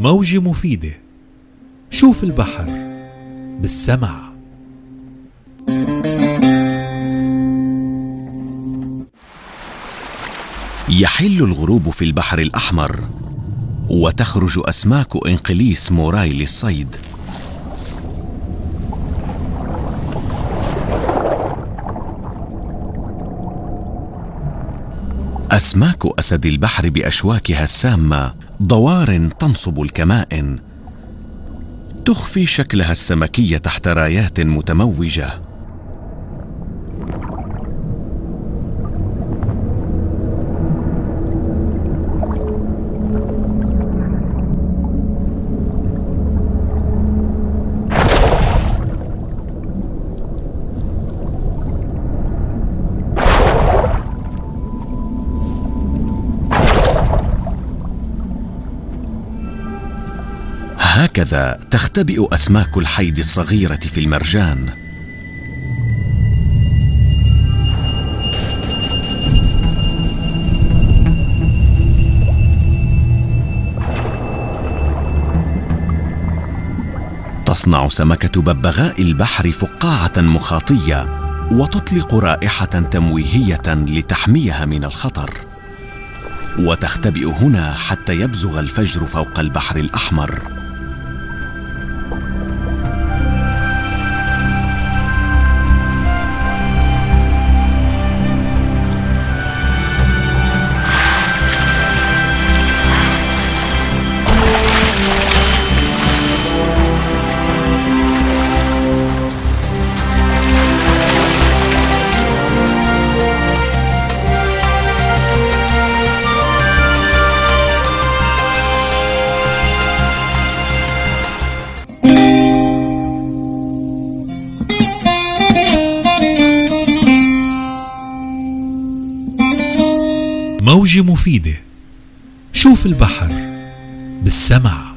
موجة مفيدة. شوف البحر بالسمع. يحل الغروب في البحر الأحمر، وتخرج أسماك إنقليس موراي للصيد. أسماك أسد البحر بأشواكها السامة ضوار تنصب الكمائن، تخفي شكلها السمكي تحت رايات متموجة. هكذا تختبئ أسماك الحيد الصغيرة في المرجان. تصنع سمكة ببغاء البحر فقاعة مخاطية، وتطلق رائحة تمويهية لتحميها من الخطر، وتختبئ هنا حتى يبزغ الفجر فوق البحر الأحمر. موجة مفيدة. شوف البحر بالسمع.